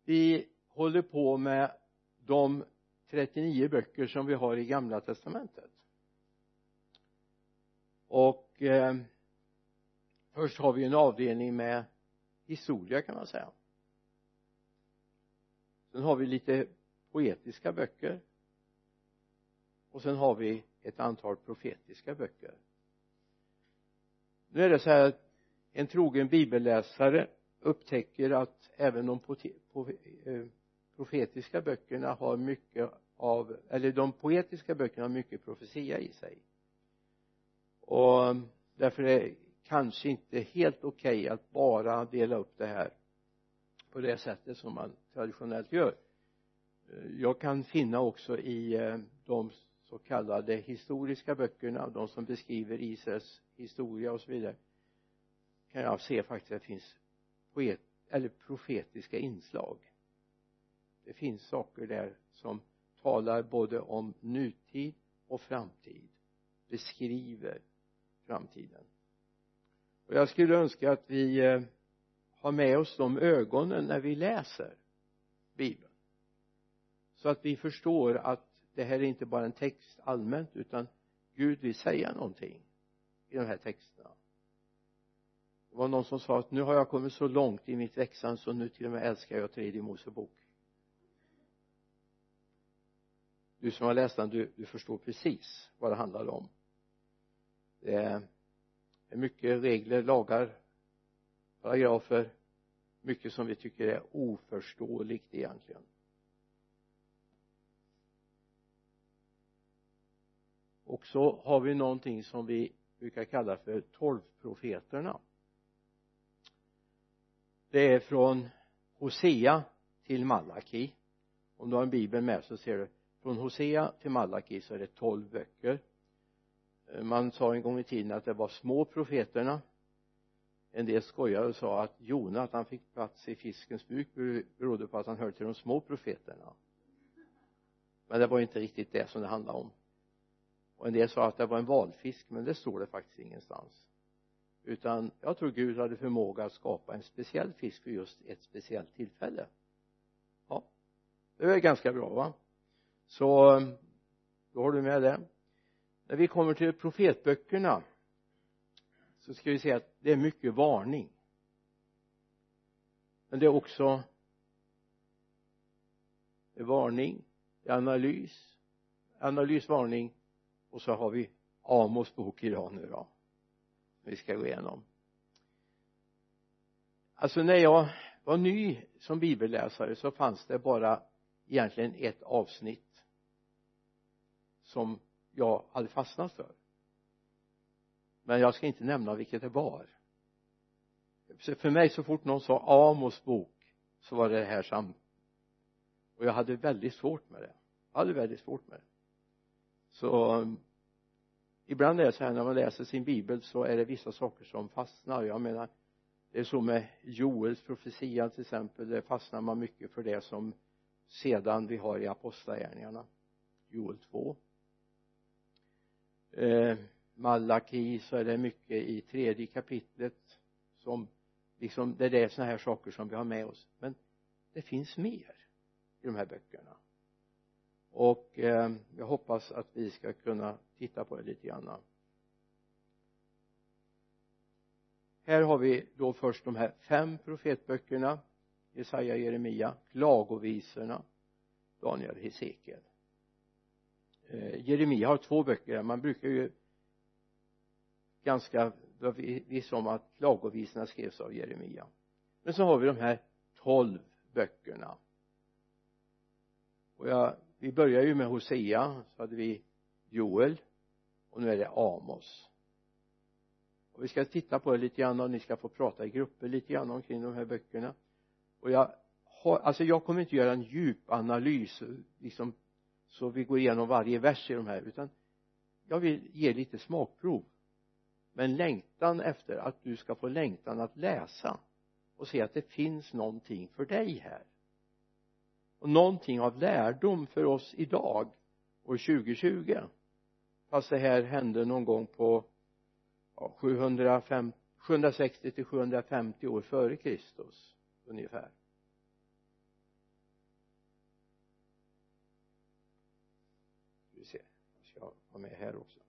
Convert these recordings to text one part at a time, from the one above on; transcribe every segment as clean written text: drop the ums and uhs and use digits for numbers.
vi håller på med de 39 böcker som vi har i Gamla testamentet. Och först har vi en avdelning med historia, kan man säga. Sen har vi lite poetiska böcker. Och sen har vi ett antal profetiska böcker. Nu är det så här att en trogen bibelläsare upptäcker att även de profetiska böckerna har mycket av, eller de poetiska böckerna har mycket profetia i sig. Och därför är det kanske inte helt okej att bara dela upp det här på det sättet som man traditionellt gör. Jag kan finna också i de så kallade historiska böckerna, de som beskriver Israels historia och så vidare, kan jag se faktiskt att det finns profetiska inslag. Det finns saker där som talar både om nutid och framtid, beskriver framtiden. Och jag skulle önska att vi har med oss de ögonen när vi läser Bibeln, så att vi förstår att det här är inte bara en text allmänt, utan Gud vill säga någonting i de här texterna. Det var någon som sa att nu har jag kommit så långt i mitt växande så nu till och med älskar jag 3:e Mosebok. Du som har läst den, du förstår precis vad det handlar om. Det är mycket regler, lagar, paragrafer, mycket som vi tycker är oförståeligt egentligen. Och så har vi någonting som vi brukar kalla för 12-profeterna. Det är från Hosea till Malaki. Om du har en bibel med så ser du från Hosea till Malaki, så är det 12 böcker. Man sa en gång i tiden att det var små profeterna. En del skojade och sa att Jona, att han fick plats i fiskens buk, berodde på att han hörde till de små profeterna. Men det var inte riktigt det som det handlade om. Och en del sa att det var en valfisk, men det står det faktiskt ingenstans. Utan jag tror Gud hade förmåga att skapa en speciell fisk för just ett speciellt tillfälle. Ja, det är ganska bra, va? Så då har du med det. När vi kommer till profetböckerna så ska vi se att det är mycket varning. Men det är också varning, analys, varning. Och så har vi Amos bok idag nu då. Vi ska gå igenom. Alltså när jag var ny som bibelläsare så fanns det bara egentligen ett avsnitt som jag hade fastnat för. Men jag ska inte nämna vilket det var. Så för mig, så fort någon sa Amos bok, så var det här och jag hade väldigt svårt med det. Så ibland är det så här när man läser sin bibel, så är det vissa saker som fastnar. Jag menar, det är så med Joels profetia till exempel, det fastnar man mycket för det som sedan vi har i apostlagärningarna, Joel 2. Malaki, så är det mycket i 3:e kapitlet som liksom, det är såna här saker som vi har med oss. Men det finns mer i de här böckerna. Och jag hoppas att vi ska kunna titta på det lite grann. Här har vi då först de här 5 profetböckerna: Jesaja, Jeremia, klagovisorna, Daniel, Hesekiel. Jeremia har 2 böcker. Man brukar ju ganska viss om att klagovisorna skrevs av Jeremia. Men så har vi de här 12 böckerna. Och vi börjar ju med Hosea, så hade vi Joel, och nu är det Amos. Och vi ska titta på det lite grann, och ni ska få prata i grupper lite grann omkring de här böckerna. Och jag kommer inte göra en djup analys liksom, så vi går igenom varje vers i de här, utan jag vill ge lite smakprov. Men längtan efter att du ska få längtan att läsa och se att det finns någonting för dig här. Och någonting av lärdom för oss idag, år 2020. Fast det här hände någon gång på 760 till 750 år före Kristus ungefär. se, jag ska ha med här också.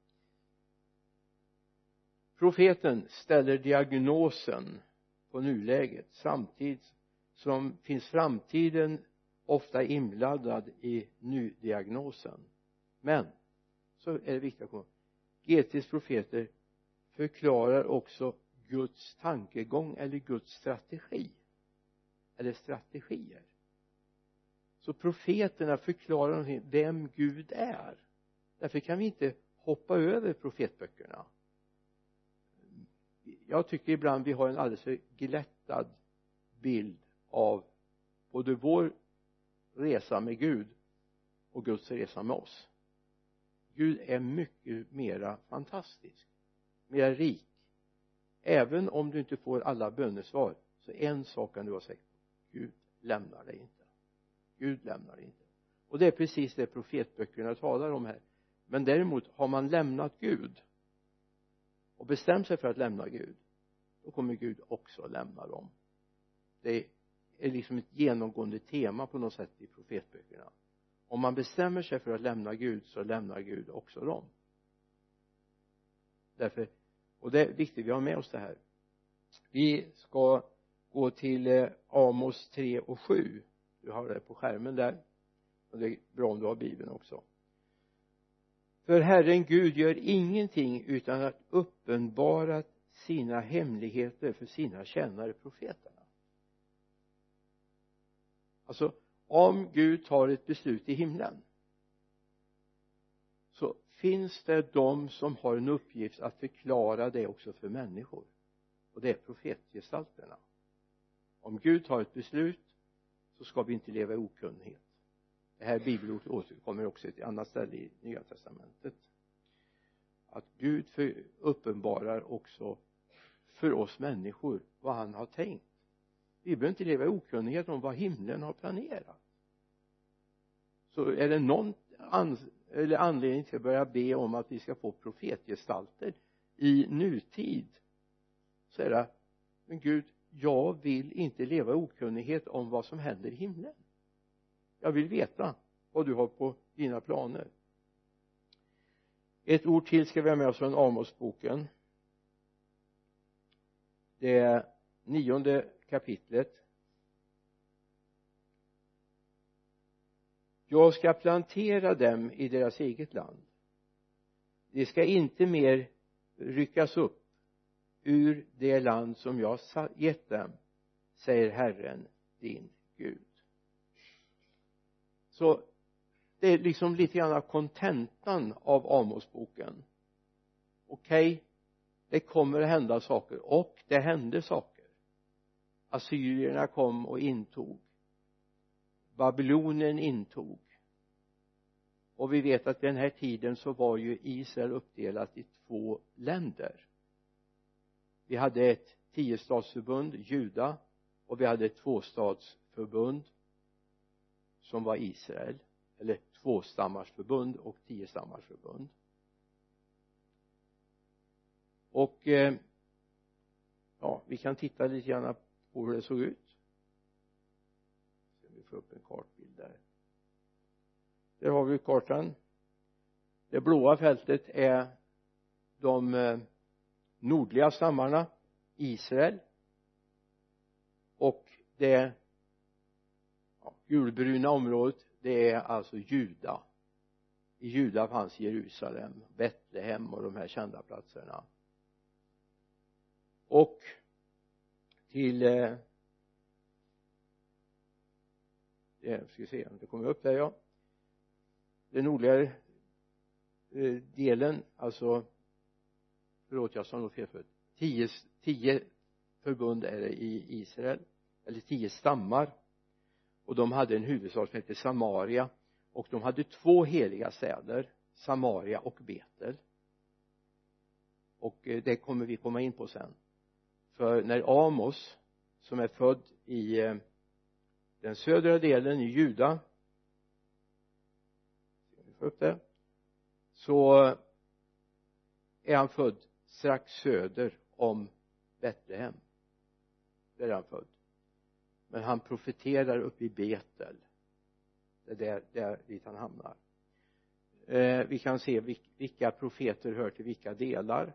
Profeten ställer diagnosen på nuläget, samtidigt som finns framtiden ofta inblandad i nudiagnosen. Men så är det viktigt att komma. GT:s profeter förklarar också Guds tankegång eller Guds strategi eller strategier. Så profeterna förklarar vem Gud är. Därför kan vi inte hoppa över profetböckerna. Jag tycker ibland vi har en alldeles för glättad bild av både vår resa med Gud och Guds resa med oss. Gud är mycket mera fantastisk, mera rik. Även om du inte får alla bönesvar, så en sak kan du ha sagt: Gud lämnar dig inte. Gud lämnar dig inte. Och det är precis det profetböckerna talar om här. Men däremot har man lämnat Gud och bestämt sig för att lämna Gud, då kommer Gud också att lämna dem. Det är liksom ett genomgående tema på något sätt i profetböckerna. Om man bestämmer sig för att lämna Gud, så lämnar Gud också dem. Därför, och det är viktigt vi har med oss det här. Vi ska gå till Amos 3 och 7. Du har det på skärmen där. Och det är bra om du har Bibeln också. För Herren Gud gör ingenting utan att uppenbara sina hemligheter för sina tjänare profeterna. Alltså, om Gud tar ett beslut i himlen, så finns det de som har en uppgift att förklara det också för människor. Och det är profetgestalterna. Om Gud tar ett beslut, så ska vi inte leva i okunnighet. Det här bibelordet återkommer också i ett annat ställe i Nya testamentet. Att Gud uppenbarar också för oss människor vad han har tänkt. Vi behöver inte leva i okunnighet om vad himlen har planerat. Så är det någon anledning till att börja be om att vi ska få profetgestalter i nutid, så är det: men Gud, jag vill inte leva i okunnighet om vad som händer i himlen. Jag vill veta vad du har på dina planer. Ett ord till ska vi ha med oss från Amosboken. Det 9:e kapitlet. Jag ska plantera dem i deras eget land. De ska inte mer ryckas upp ur det land som jag gett dem, säger Herren din Gud. Så det är liksom lite grann av kontentan av Amosboken. Okej, det kommer att hända saker, och det hände saker. Assyrierna kom och intog. Babylonien intog. Och vi vet att den här tiden så var ju Israel uppdelat i 2 länder. Vi hade ett 10-stadsförbund, Juda, och vi hade ett 2-stadsförbund som var Israel, eller 2-stammarsförbund och 10-stammarsförbund. Och ja, vi kan titta lite grann på hur det såg ut. Så vi får upp en kartbild där. Där har vi kartan. Det blåa fältet är de nordliga stammarna, Israel, och det gulbruna området, det är alltså Juda. I Juda fanns Jerusalem, Betlehem och de här kända platserna. Och till ska vi se om det kommer upp där, ja. Den nordligare delen, alltså, förlåt, jag sa nog fel förut. 10 förbund är det i Israel, eller 10 stammar, och de hade en huvudstad som heter Samaria, och de hade 2 heliga städer, Samaria och Betel. Och det kommer vi komma in på sen. För när Amos, som är född i den södra delen i Juda, upp där, så är han född strax söder om Betlehem. Där är han född. Men han profeterar upp i Betel. Det är där dit han hamnar. Vi kan se vilka profeter hör till vilka delar.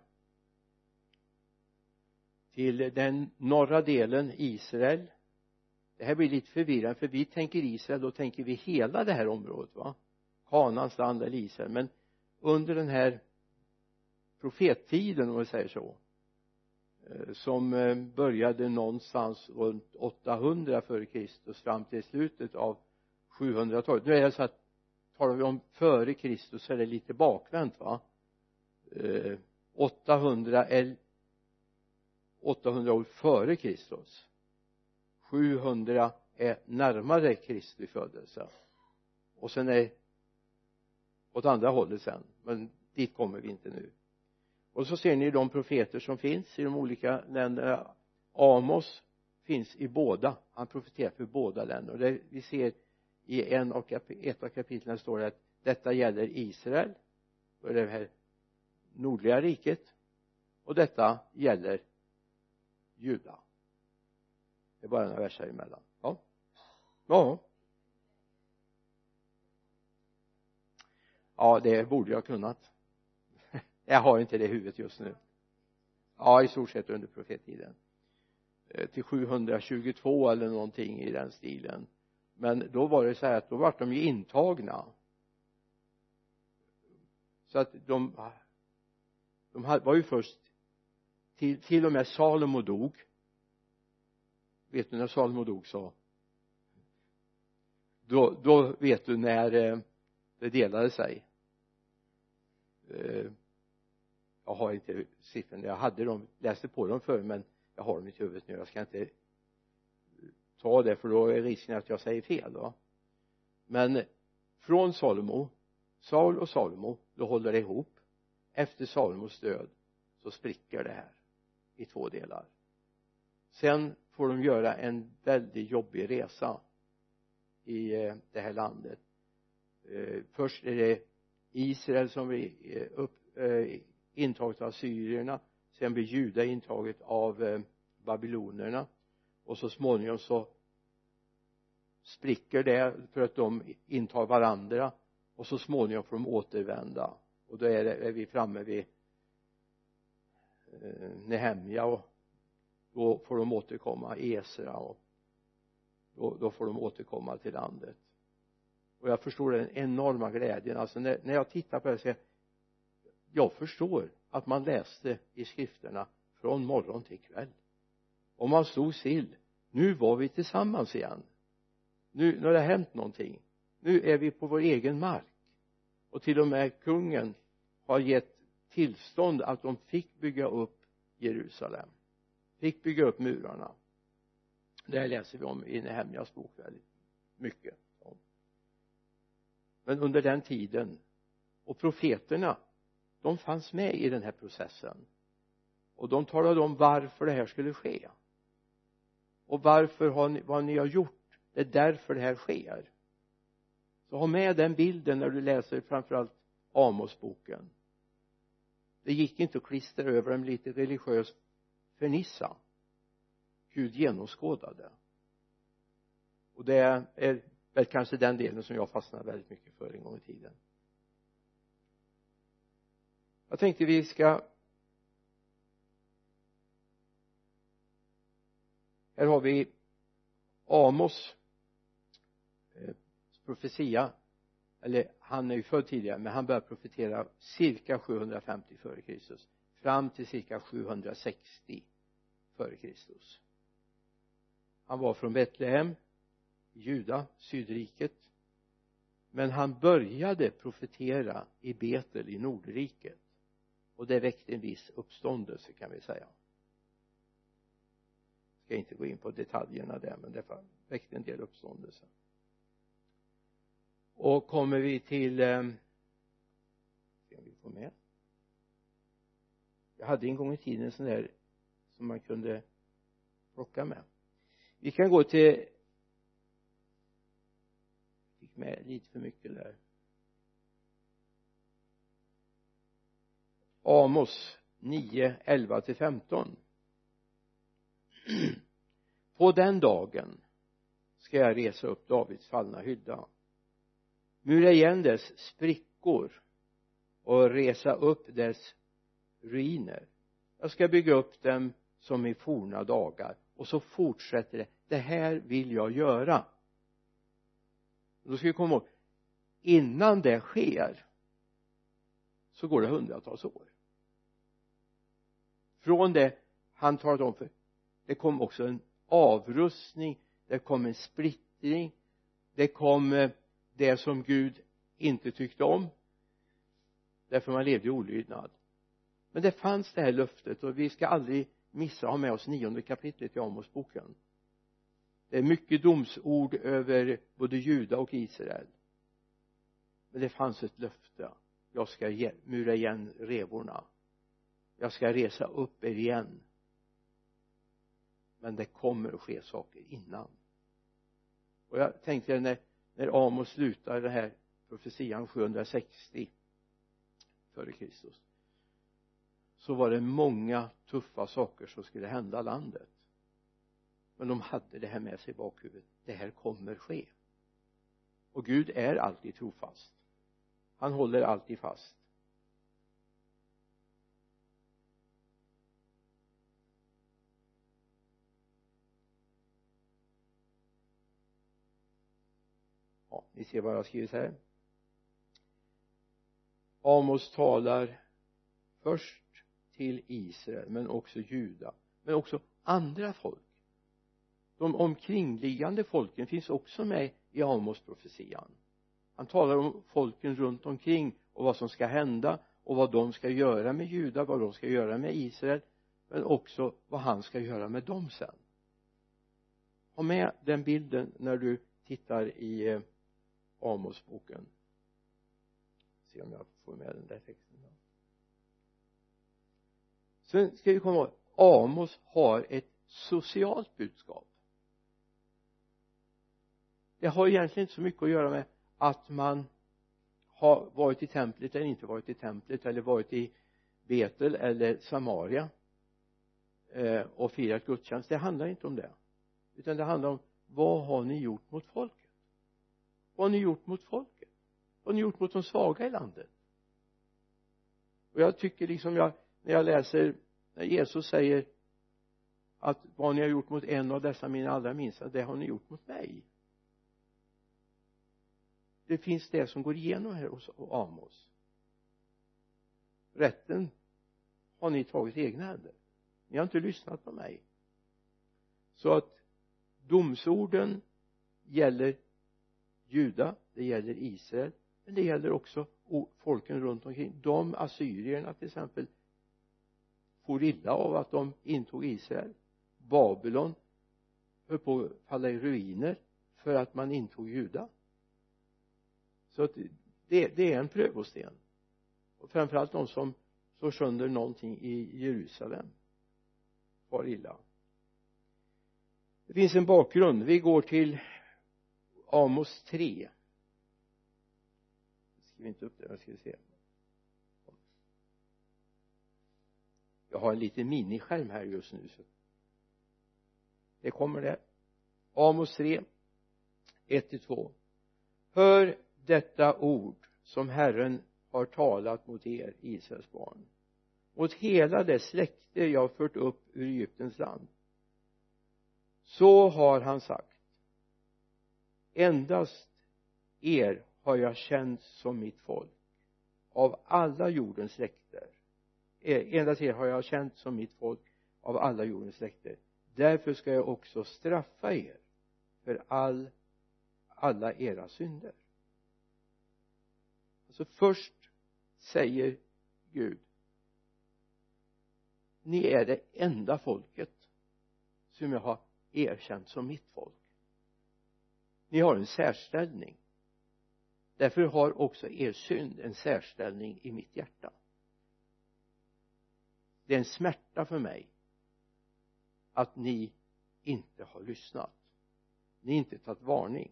Till den norra delen Israel. Det här blir lite förvirrande, för vi tänker Israel, då tänker vi hela det här området, va? Kanans land eller Israel. Men under den här profettiden, om vi säger så, som började någonstans runt 800 före Kristus fram till slutet av 700-talet. Nu är det så att talar vi om före Kristus så är det lite bakvänt, va? 800 år före Kristus, 700 är närmare Kristi födelse, och sen är åt andra hållet sen, men dit kommer vi inte nu. Och så ser ni de profeter som finns i de olika länderna. Amos finns i båda, han profeterar för båda länder, och det vi ser i ett av kapitlen står det att detta gäller Israel, och det här nordliga riket, och detta gäller Juda. Det är bara några verser emellan. Ja, det borde jag kunnat. Jag har inte det i huvudet just nu. Ja, i stort sett under profettiden. Till 722 eller någonting i den stilen. Men då var det så här att då var de ju intagna. Så att de var ju först till och med Salomo dog. Vet du när Salomo dog så? Då vet du när det delade sig. Jag har inte siffrorna, jag hade dem, läste på dem förr, men jag har dem i huvudet nu, jag ska inte ta det, för då är risken att jag säger fel då. Men från Saul och Salomo, då håller det ihop. Efter Salomos död så spricker det här i 2 delar. Sen får de göra en väldigt jobbig resa i det här landet. Först är det Israel som blir intaget av syrierna, sen blir Juda intaget av babylonerna, och så småningom så spricker det för att de intar varandra, och så småningom får de återvända, och då är vi framme vid Nehemja, och då får de återkomma, Esra, och då får de återkomma till landet. Och jag förstår den enorma glädjen, alltså när jag tittar på det så jag förstår att man läste i skrifterna från morgon till kväll, och man stod still. Nu var vi tillsammans igen, nu har det hänt någonting, nu är vi på vår egen mark, och till och med kungen har gett tillstånd att de fick bygga upp Jerusalem, fick bygga upp murarna. Det här läser vi om i Nehemjas bok väldigt mycket. Men under den tiden, och profeterna, de fanns med i den här processen, och de talade om varför det här skulle ske, och varför vad ni har gjort, det är därför det här sker. Så ha med den bilden när du läser framförallt Amos-boken. Det gick inte att klistra över dem lite religiös fernissa. Gud genomskådade, och det är väl kanske den delen som jag fastnade väldigt mycket för en gång i tiden. Jag tänkte vi ska, här har vi Amos profetia, eller han är ju född tidigare, men han börjar profetera cirka 750 före Kristus fram till cirka 760 före Kristus. Han var från Betlehem, Juda, Sydriket, men han började profetera i Betel i Nordriket, och det väckte en viss uppståndelse, kan vi säga. Jag ska inte gå in på detaljerna där, men det väckte en del uppståndelse. Och kommer vi till ska vi få med, jag hade en gång i tiden sån där som man kunde plocka med. Vi kan gå till, fick med lite för mycket där, Amos 9, 11-15. På den dagen ska jag resa upp Davids fallna hydda, mura igen dess sprickor och resa upp dess ruiner. Jag ska bygga upp dem som i forna dagar. Och så fortsätter det. Det här vill jag göra. Och då ska vi komma ihåg. Innan det sker så går det hundratals år. Från det han talat om för. Det kom också en avrustning. Det kom en splittring. Det kom det som Gud inte tyckte om. Därför man levde i olydnad. Men det fanns det här löftet. Och vi ska aldrig missa att ha med oss 9:e kapitlet i Amosboken. Det är mycket domsord över både Juda och Israel. Men det fanns ett löfte. Jag ska mura igen revorna. Jag ska resa upp er igen. Men det kommer att ske saker innan. Och jag tänkte när Amos slutar den här profetian 760 före Kristus. Så var det många tuffa saker som skulle hända landet. Men de hade det här med sig i bakhuvudet. Det här kommer ske. Och Gud är alltid trofast. Han håller alltid fast. Ja, ni ser vad jag har skrivit här. Amos talar först till Israel men också Juda. Men också andra folk. De omkringliggande folken finns också med i Amos profetian. Han talar om folken runt omkring och vad som ska hända och vad de ska göra med Juda, vad de ska göra med Israel, men också vad han ska göra med dem sen. Ha med den bilden när du tittar i Amosboken. Se om jag får med den där texten. Sen ska vi komma ihåg, Amos har ett socialt budskap. Det har egentligen inte så mycket att göra med att man har varit i templet eller inte varit i templet eller varit i Betel eller Samaria och firat gudstjänst. Det handlar inte om det, utan det handlar om vad har ni gjort mot folket? Vad har ni gjort mot folket? Vad har ni gjort mot de svaga i landet? Och jag tycker liksom när jag läser när Jesus säger att vad ni har gjort mot en av dessa mina allra minsta, det har ni gjort mot mig. Det finns det som går igenom här hos Amos. Rätten har ni tagit i egna händer. Ni har inte lyssnat på mig. Så att domsorden gäller Juda, det gäller Israel, men det gäller också folken runt omkring. De assyrierna till exempel for illa av att de intog Israel. Babylon höll på att falla i ruiner för att man intog Juda. Så att det är en prövosten. Och framförallt de som slår sönder någonting i Jerusalem var illa. Det finns en bakgrund. Vi går till Amos 3. Jag skriver inte upp det, jag ska se. Jag har en liten miniskärm här just nu. Så det kommer det. Amos 3, 1-2. Hör detta ord som Herren har talat mot er, Israels barn. Mot hela det släkte jag fört upp ur Egyptens land. Så har han sagt. Endast er har jag känt som mitt folk. Av alla jordens släkter. Endast er har jag känt som mitt folk av alla jordens släkter. Därför ska jag också straffa er för alla era synder. Så först säger Gud, ni är det enda folket som jag har erkänt som mitt folk. Ni har en särställning. Därför har också er synd en särställning i mitt hjärta. Det är en smärta för mig att ni inte har lyssnat. Ni inte tagit varning.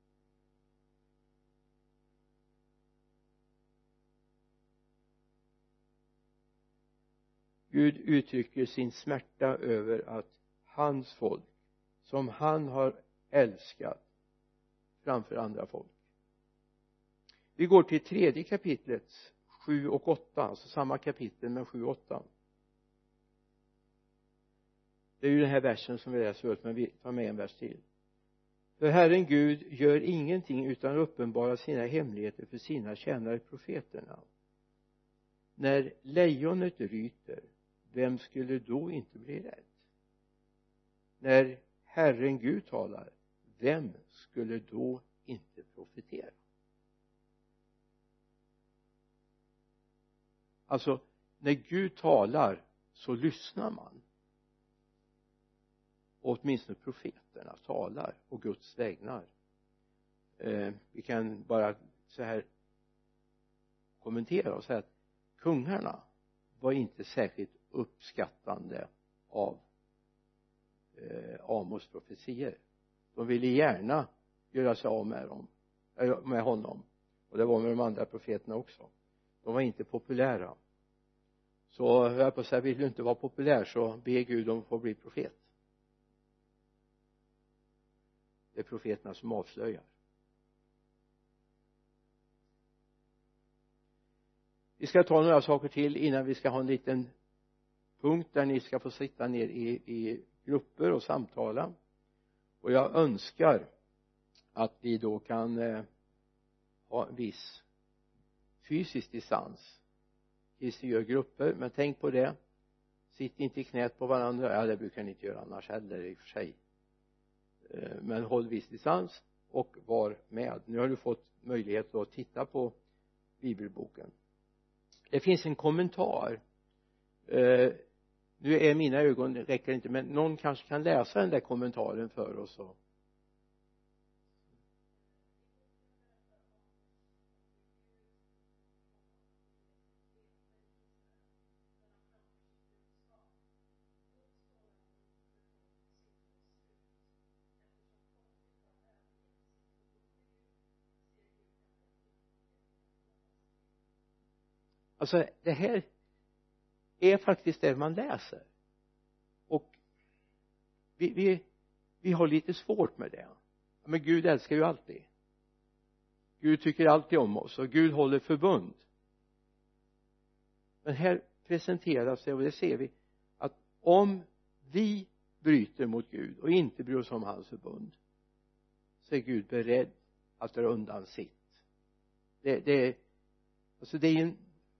Gud uttrycker sin smärta över att hans folk som han har älskat framför andra folk. Vi går till 3:e kapitlets 7 och 8, alltså samma kapitel men 7 och 8. Det är ju den här versen som vi läser ut, men vi tar med en vers till. För Herren Gud gör ingenting utan uppenbarar sina hemligheter för sina tjänare profeterna. När lejonet ryter, vem skulle då inte bli rädd? När Herren Gud talar, vem skulle då inte profetera? Alltså, när Gud talar så lyssnar man. Och åtminstone profeterna talar och Guds vägnar. Vi kan bara så här kommentera och säga att kungarna var inte särskilt uppskattande av Amos profetier. De ville gärna göra sig av med honom, och det var med de andra profeterna också. De var inte populära. Så jag på att säga, vill du inte vara populär, så be Gud om att få bli profet. Det är profeterna som avslöjar. Vi ska ta några saker till innan vi ska ha en liten punkt där ni ska få sitta ner i grupper och samtala. Och jag önskar att vi då kan ha en viss fysisk distans tills vi gör grupper, men tänk på det. Sitt inte i knät på varandra. Ja, det brukar ni inte göra annars heller i och för sig. Men håll viss distans och var med. Nu har du fått möjlighet att titta på bibelboken. Det finns en kommentar. Nu är mina ögon, räcker inte, men någon kanske kan läsa den där kommentaren för oss. Alltså det här är faktiskt det man läser, och vi har lite svårt med det. Men Gud älskar ju alltid. Gud tycker alltid om oss, och Gud håller förbund. Men här presenteras det, och det ser vi, att om vi bryter mot Gud och inte bryr oss om hans förbund, så är Gud beredd att dra undan sitt. Alltså det är en,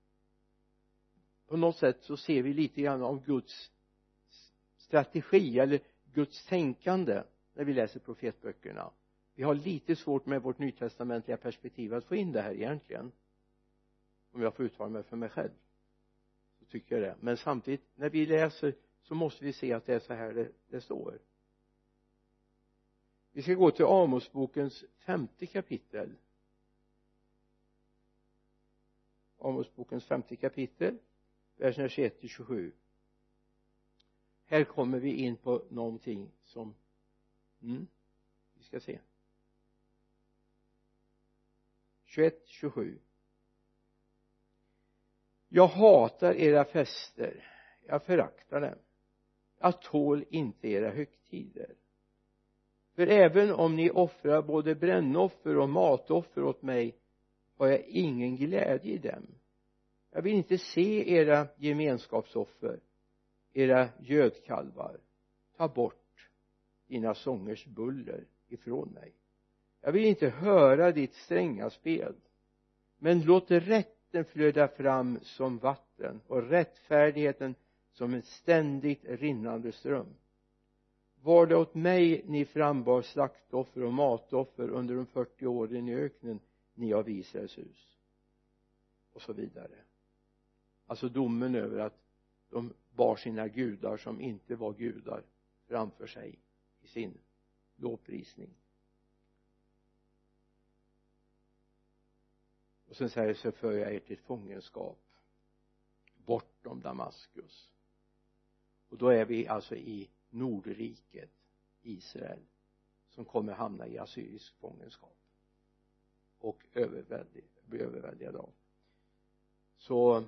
på något sätt så ser vi lite grann av Guds strategi eller Guds tänkande när vi läser profetböckerna. Vi har lite svårt med vårt nytestamentliga perspektiv att få in det här egentligen. Om jag får uttala mig för mig själv, så tycker jag det. Men samtidigt, när vi läser, så måste vi se att det är så här det står. Vi ska gå till Amosbokens 5:e kapitel. Amosbokens 5:e kapitel, verserna 21-27. Här kommer vi in på någonting som vi ska se. 21-27. Jag hatar era fester, jag föraktar dem. Jag tål inte era högtider. För även om ni offrar både brännoffer och matoffer åt mig, har jag ingen glädje i dem. Jag vill inte se era gemenskapsoffer, era gödkalvar. Ta bort dina sångers buller ifrån mig. Jag vill inte höra ditt stränga spel. Men låt rätten flöda fram som vatten och rättfärdigheten som en ständigt rinnande ström. Var det åt mig ni frambar slaktoffer och matoffer under de 40 åren i öknen, ni av Israels hus. Och så vidare. Alltså domen över att de bar sina gudar som inte var gudar framför sig i sin lovprisning. Och sen säger så för jag er till fångenskap bortom Damaskus. Och då är vi alltså i Nordriket, Israel, som kommer hamna i assyrisk fångenskap och bli överväldigad av. Så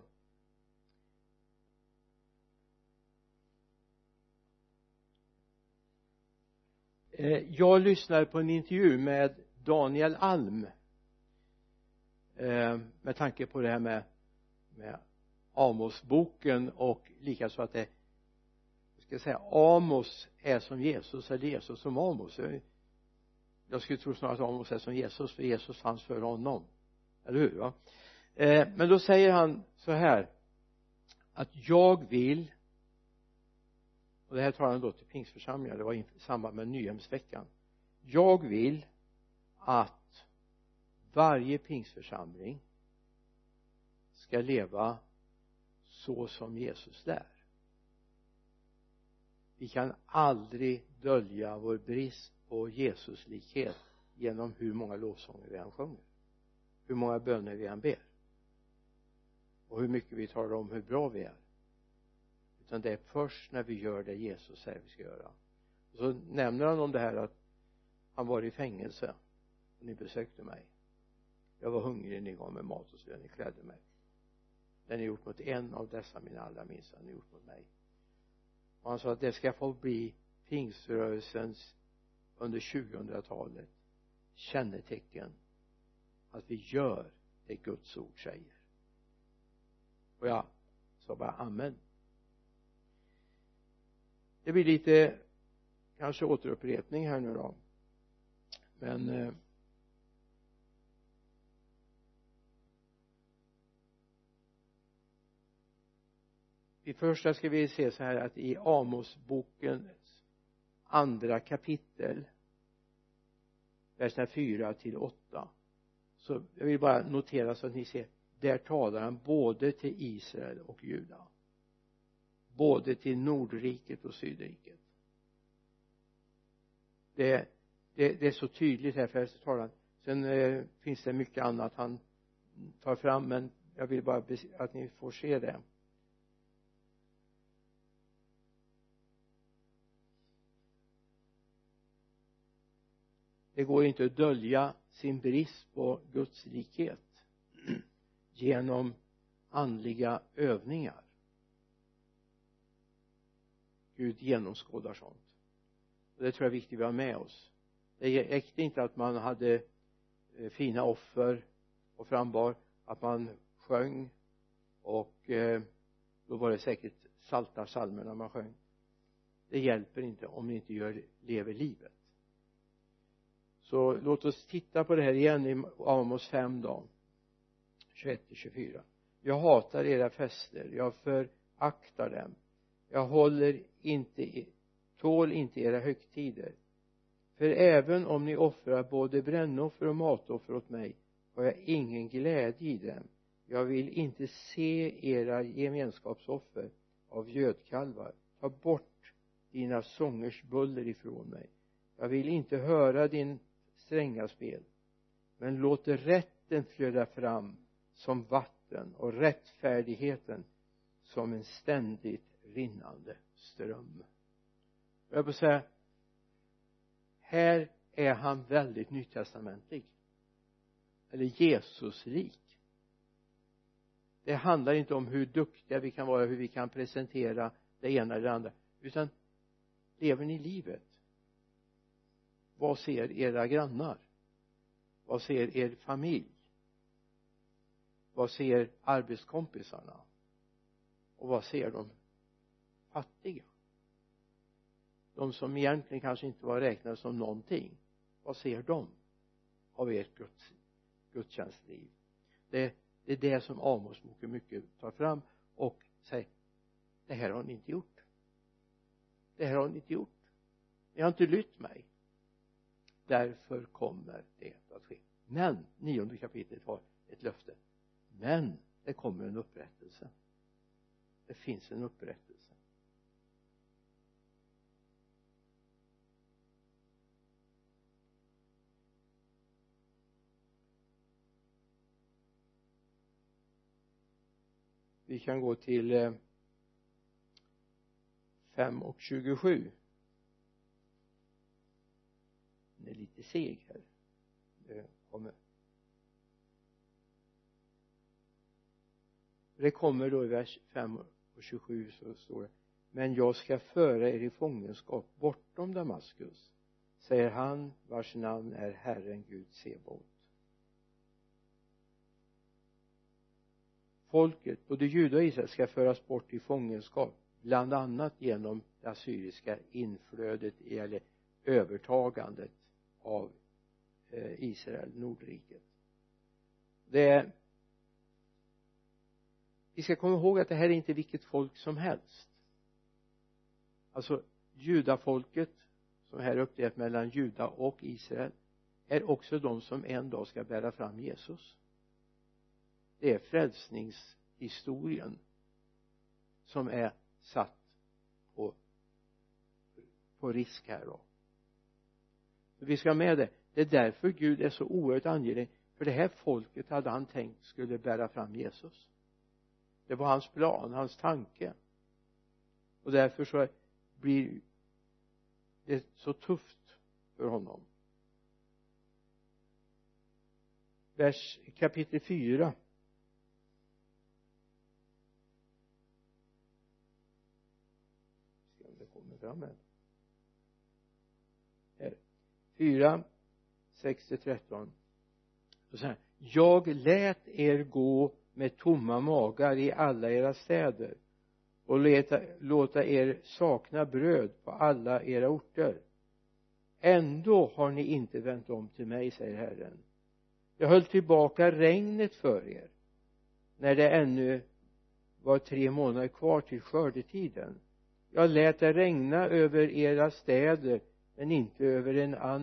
jag lyssnade på en intervju med Daniel Alm med tanke på det här med med Amos-boken, och likaså att det, jag ska säga, Amos är som Jesus eller Jesus som Amos. Jag skulle tro snarare att Amos är som Jesus, för Jesus fanns för honom, eller hur va? Men då säger han så här, att jag vill, och det här talar han då till pingstförsamlingar, det var i samband med Nyhemsveckan, jag vill att varje pingstförsamling ska leva så som Jesus lär. Vi kan aldrig dölja vår brist på Jesuslikhet genom hur många lovsånger vi än sjunger, hur många böner vi än ber, och hur mycket vi talar om hur bra vi är. Utan det är först när vi gör det Jesus säger vi ska göra. Och så nämner han om det här att han var i fängelse och ni besökte mig. Jag var hungrig, ni gav mig mat och så ni klädde mig. Det ni gjort mot en av dessa mina allra minsta, ni gjort mot mig. Och han sa att det ska få bli pingströrelsens under 2000-talet kännetecken, att vi gör det Guds ord säger. Och jag sa bara amen. Det blir lite kanske återupprepning här nu då, men i första ska vi se så här att i Amos-bokens andra kapitel, verserna 4-8, så jag vill bara notera så att ni ser, där talar han både till Israel och Juda, både till Nordriket och Sydriket. Det är så tydligt här, för talar han. Sen finns det mycket annat han tar fram, men jag vill bara att ni får se det. Det går inte att dölja sin brist på Guds likhet genom andliga övningar. Gud genomskådar sånt. Och det tror jag är viktigt att vi har med oss. Det räckte inte att man hade fina offer och frambar, att man sjöng, och då var det säkert salta psalmerna man sjöng. Det hjälper inte om ni inte lever livet. Så låt oss titta på det här igen i Amos 5 då, 21-24. Jag hatar era fester, jag föraktar dem. Jag tål inte era högtider. För även om ni offrar både brännoffer och matoffer åt mig, har jag ingen glädje i dem. Jag vill inte se era gemenskapsoffer av gödkalvar. Ta bort dina sångers buller ifrån mig. Jag vill inte höra din stränga spel, men låt rätten flöda fram som vatten och rättfärdigheten som en ständigt rinnande ström. Jag vill säga, här är han väldigt nytestamentlig, eller Jesuslik. Det handlar inte om hur duktiga vi kan vara, hur vi kan presentera det ena eller det andra, utan lever ni livet? Vad ser era grannar? Vad ser er familj? Vad ser arbetskompisarna? Och vad ser de fattiga? De som egentligen kanske inte var räknade som någonting. Vad ser de av ert gudstjänstliv? Det är det som Amos-boken mycket tar fram och säger, det här har ni inte gjort. Det här har ni inte gjort. Ni har inte lytt mig. Därför kommer det att ske. Men 9:e kapitlet har ett löfte. Men det kommer en upprättelse. Det finns en upprättelse. Vi kan gå till 5:27. Det är lite seg här. Det kommer då i vers 5:27, så står det: men jag ska föra er i fångenskap bortom Damaskus, säger han vars namn är Herren Gud Sebaot. folket, både Juda och Israel, ska föras bort i fångenskap, bland annat genom det assyriska inflödet eller övertagandet av Israel, Nordriket. Vi ska komma ihåg att det här är inte vilket folk som helst. Alltså judafolket, som här är uppdelat mellan Juda och Israel, är också de som en dag ska bära fram Jesus. Det är frälsningshistorien som är satt på risk här då. Så vi ska ha med det. Det är därför Gud är så oerhört angelägen. För det här folket hade han tänkt skulle bära fram Jesus. Det var hans plan, hans tanke. Och därför så blir det så tufft för honom. Kapitel 4. Se om det kommer fram här. 4, 6-13. Så här: jag lät er gå med tomma magar i alla era städer och låta er sakna bröd på alla era orter. Ändå har ni inte vänt om till mig, säger Herren. Jag höll tillbaka regnet för er när det ännu var 3 månader kvar till skördetiden. Jag lät det regna över era städer, men inte över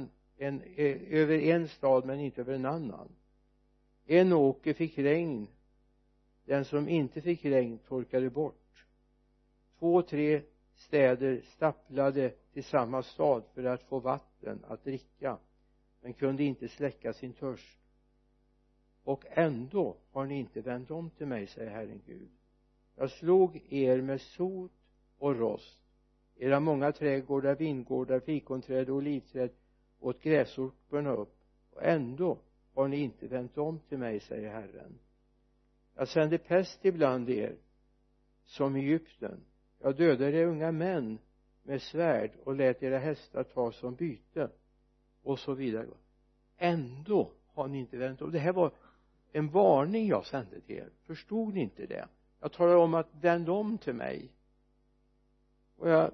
över en stad, men inte över en annan. En åker fick regn, den som inte fick regn torkade bort. 2-3 städer stapplade till samma stad för att få vatten att dricka, men kunde inte släcka sin törst. Och ändå har ni inte vänt om till mig, säger Herren Gud. Jag slog er med sot och rost. Era många trädgårdar, vingårdar, fikonträd och olivträd åt gräsorporna upp. Och ändå har ni inte vänt om till mig, säger Herren. Jag sände pest ibland er som i Egypten. Jag dödade unga män med svärd och lät era hästar ta som byte, och så vidare. Ändå har ni inte vänt om. Det här var en varning jag sände till er. Förstod ni inte det? Jag talar om att vänd om till mig. Och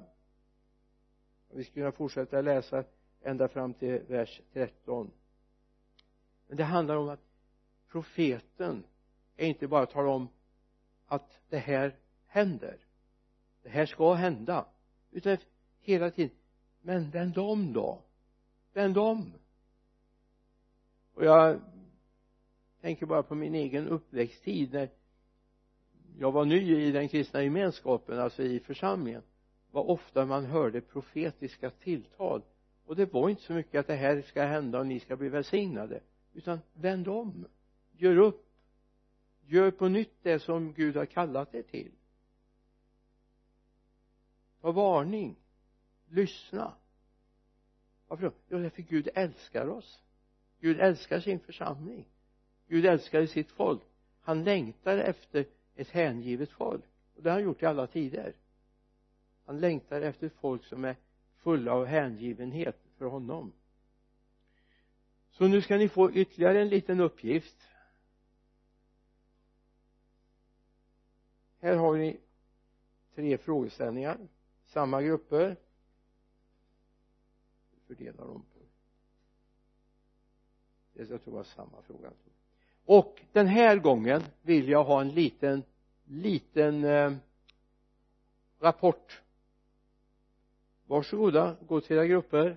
vi skulle kunna fortsätta läsa ända fram till vers 13. Men det handlar om att profeten är inte bara talar om att det här händer, det här ska hända, utan hela tiden, men vänd om då, vänd om. Och jag tänker bara på min egen uppväxttid när jag var ny i den kristna gemenskapen, alltså i församlingen. Vad ofta man hörde profetiska tilltal, och det var inte så mycket att det här ska hända och ni ska bli välsignade, utan vänd om, gör upp, gör på nytt det som Gud har kallat er till. Ta varning, lyssna. Varför då? Jo, därför Gud älskar oss. Gud älskar sin församling. Gud älskar sitt folk. Han längtar efter ett hängivet folk, och det har han gjort i alla tider. Han längtar efter folk som är fulla av hängivenhet för honom. Så nu ska ni få ytterligare en liten uppgift. Här har ni 3 frågeställningar, samma grupper. Fördelar dem på. Det ska vara samma fråga. Och den här gången vill jag ha en liten rapport. Varsågoda, gå till era grupper.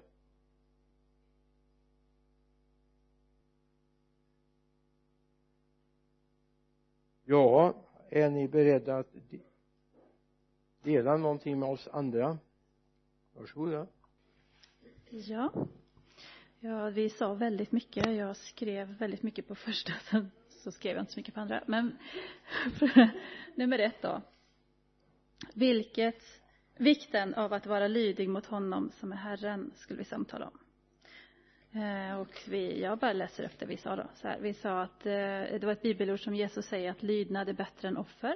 Ja, är ni beredda att dela någonting med oss andra? Varsågoda. Ja, vi sa väldigt mycket. Jag skrev väldigt mycket på första, sen så skrev jag inte så mycket på andra. Men nummer 1 då. Vikten av att vara lydig mot honom som är Herren skulle vi samtala om. Och jag bara läser efter vi sa då. Så här, vi sa att det var ett bibelord som Jesus säger att lydnad är bättre än offer.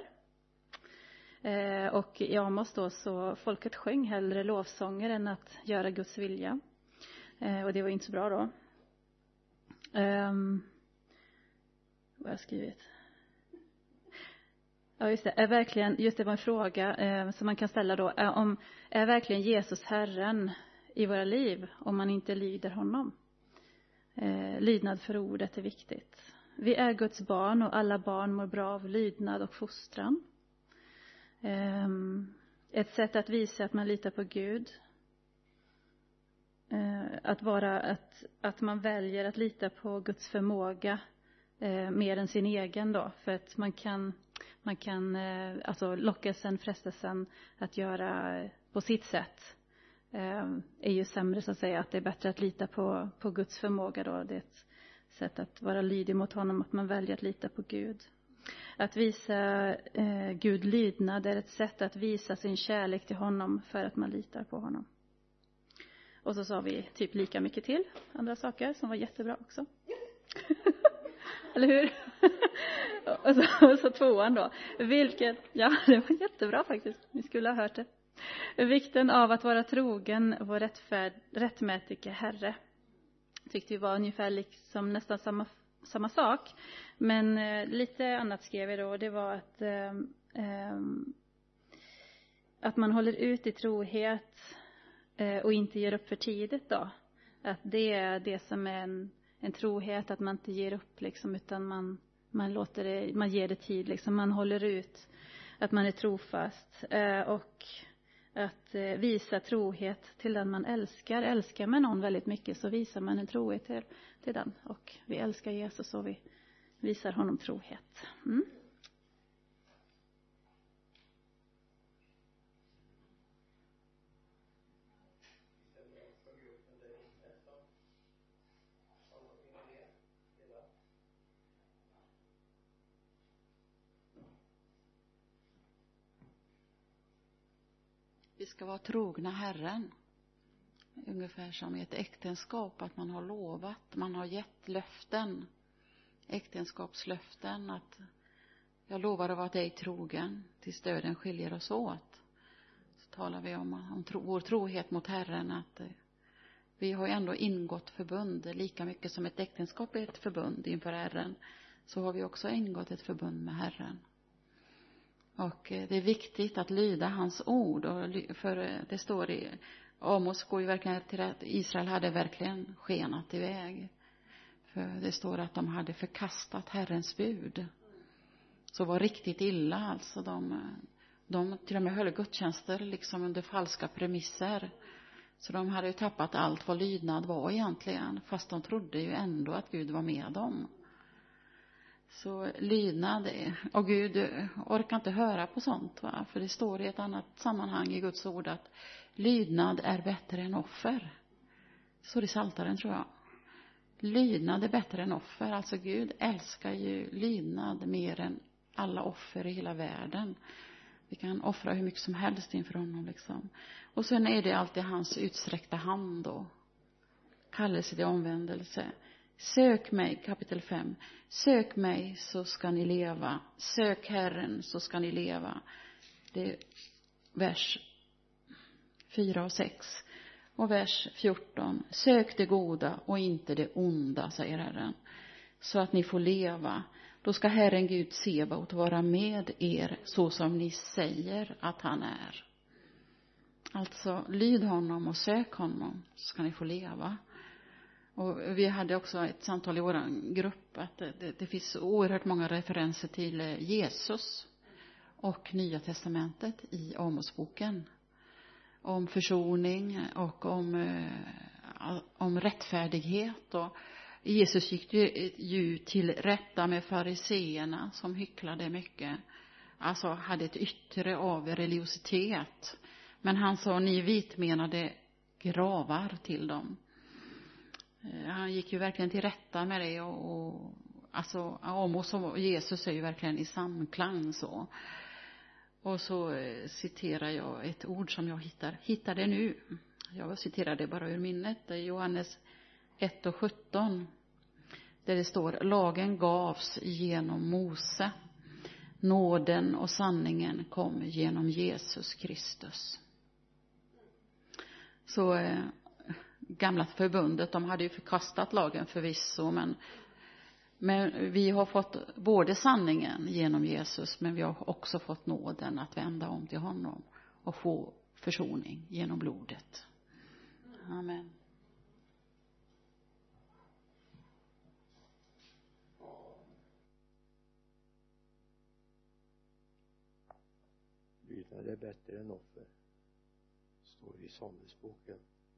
Och i Amos då så folket sjöng hellre lovsånger än att göra Guds vilja. Och det var inte så bra då. Vad har jag skrivit? Ja, just det. Just det var en fråga som man kan ställa då. Är verkligen Jesus Herren i våra liv om man inte lyder honom? Lydnad för ordet är viktigt. Vi är Guds barn och alla barn mår bra av lydnad och fostran. Ett sätt att visa att man litar på Gud. Att man väljer att lita på Guds förmåga mer än sin egen då. För att man kan alltså lockelsen, frestelsen att göra på sitt sätt är ju sämre så att säga. Att det är bättre att lita på Guds förmåga då. Det är ett sätt att vara lydig mot honom, att man väljer att lita på Gud. Att visa Gud lydnad är ett sätt att visa sin kärlek till honom för att man litar på honom. Och så sa vi typ lika mycket till andra saker som var jättebra också. Eller hur? och så tvåan då. Ja, det var jättebra faktiskt. Ni skulle ha hört det. Vikten av att vara trogen vår rättmätige Herre. Tyckte vi var ungefär liksom nästan samma sak. Men lite annat skrev vi då. Det var att man håller ut i trohet och inte ger upp för tidigt då. Att det är det som är en trohet, att man inte ger upp liksom, utan man ger det tid liksom, man håller ut, att man är trofast och att visa trohet till den man älskar man någon väldigt mycket så visar man en trohet till den, och vi älskar Jesus och vi visar honom trohet. Vi ska vara trogna Herren. Ungefär som i ett äktenskap, att man har lovat, man har gett löften. Äktenskapslöften, att jag lovar att vara dig trogen tills döden skiljer oss åt. Så talar vi om vår trohet mot Herren, att vi har ändå ingått förbund. Lika mycket som ett äktenskap är ett förbund inför Herren, så har vi också ingått ett förbund med Herren. Och det är viktigt att lyda hans ord. För det står i Amos, går ju verkligen till att Israel hade verkligen skenat iväg. För det står att de hade förkastat Herrens bud. Så var riktigt illa alltså. De till och med höll gudstjänster liksom under falska premisser. Så de hade ju tappat allt vad lydnad var egentligen. Fast de trodde ju ändå att Gud var med dem. Så lydnad, och Gud orkar inte höra på sånt, va? För det står i ett annat sammanhang i Guds ord att lydnad är bättre än offer. Så det Psaltaren, tror jag. Lydnad är bättre än offer. Alltså Gud älskar ju lydnad mer än alla offer i hela världen. Vi kan offra hur mycket som helst inför honom liksom. Och sen är det alltid hans utsträckta hand då. Kallelse till omvändelse. Sök mig, kapitel 5. Sök mig så ska ni leva. Sök Herren så ska ni leva. Det är vers 4 och 6. Och vers 14. Sök det goda och inte det onda, säger Herren. Så att ni får leva. Då ska Herren Gud Sebaot vara med er så som ni säger att han är. Alltså lyd honom och sök honom så ska ni få leva. Och vi hade också ett samtal i vår grupp att det finns oerhört många referenser till Jesus och Nya testamentet i Amosboken. Om försoning och om rättfärdighet. Och Jesus gick ju till rätta med fariseerna som hycklade mycket. Alltså hade ett yttre av religiositet. Men han sa, ni vitmenade gravar till dem. Han gick ju verkligen till rätta med det. Och alltså Amos och Jesus är ju verkligen i samklang så. Och så citerar jag ett ord som jag hittar det nu. Jag citerar det bara ur minnet. Det är Johannes 1:17. Där det står, lagen gavs genom Mose. Nåden och sanningen kom genom Jesus Kristus. Så gamla förbundet, de hade ju förkastat lagen förvisso. Men vi har fått både sanningen genom Jesus, men vi har också fått nåden att vända om till honom och få försoning genom blodet. Amen. Lydnad är bättre än offer, står i Samuelsboken.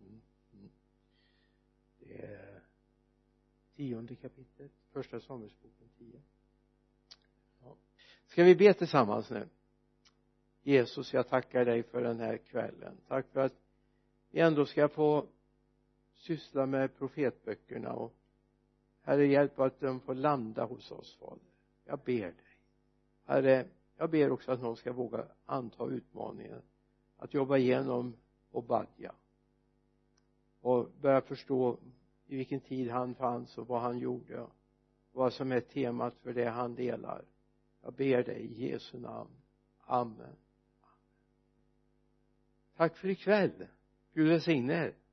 Det är 10:e kapitlet, första Samuelsboken 10. Ja. Ska vi be tillsammans nu? Jesus, jag tackar dig för den här kvällen. Tack för att vi ändå ska få syssla med profetböckerna, och Herre, hjälp att de får landa hos oss, Fader. Jag ber dig. Herre, jag ber också att någon ska våga anta utmaningen att jobba igenom Obadja och börja förstå i vilken tid han fanns och vad han gjorde och vad som är temat för det han delar. Jag ber dig i Jesu namn. Amen. Tack för ikväll. Gud välsigne er.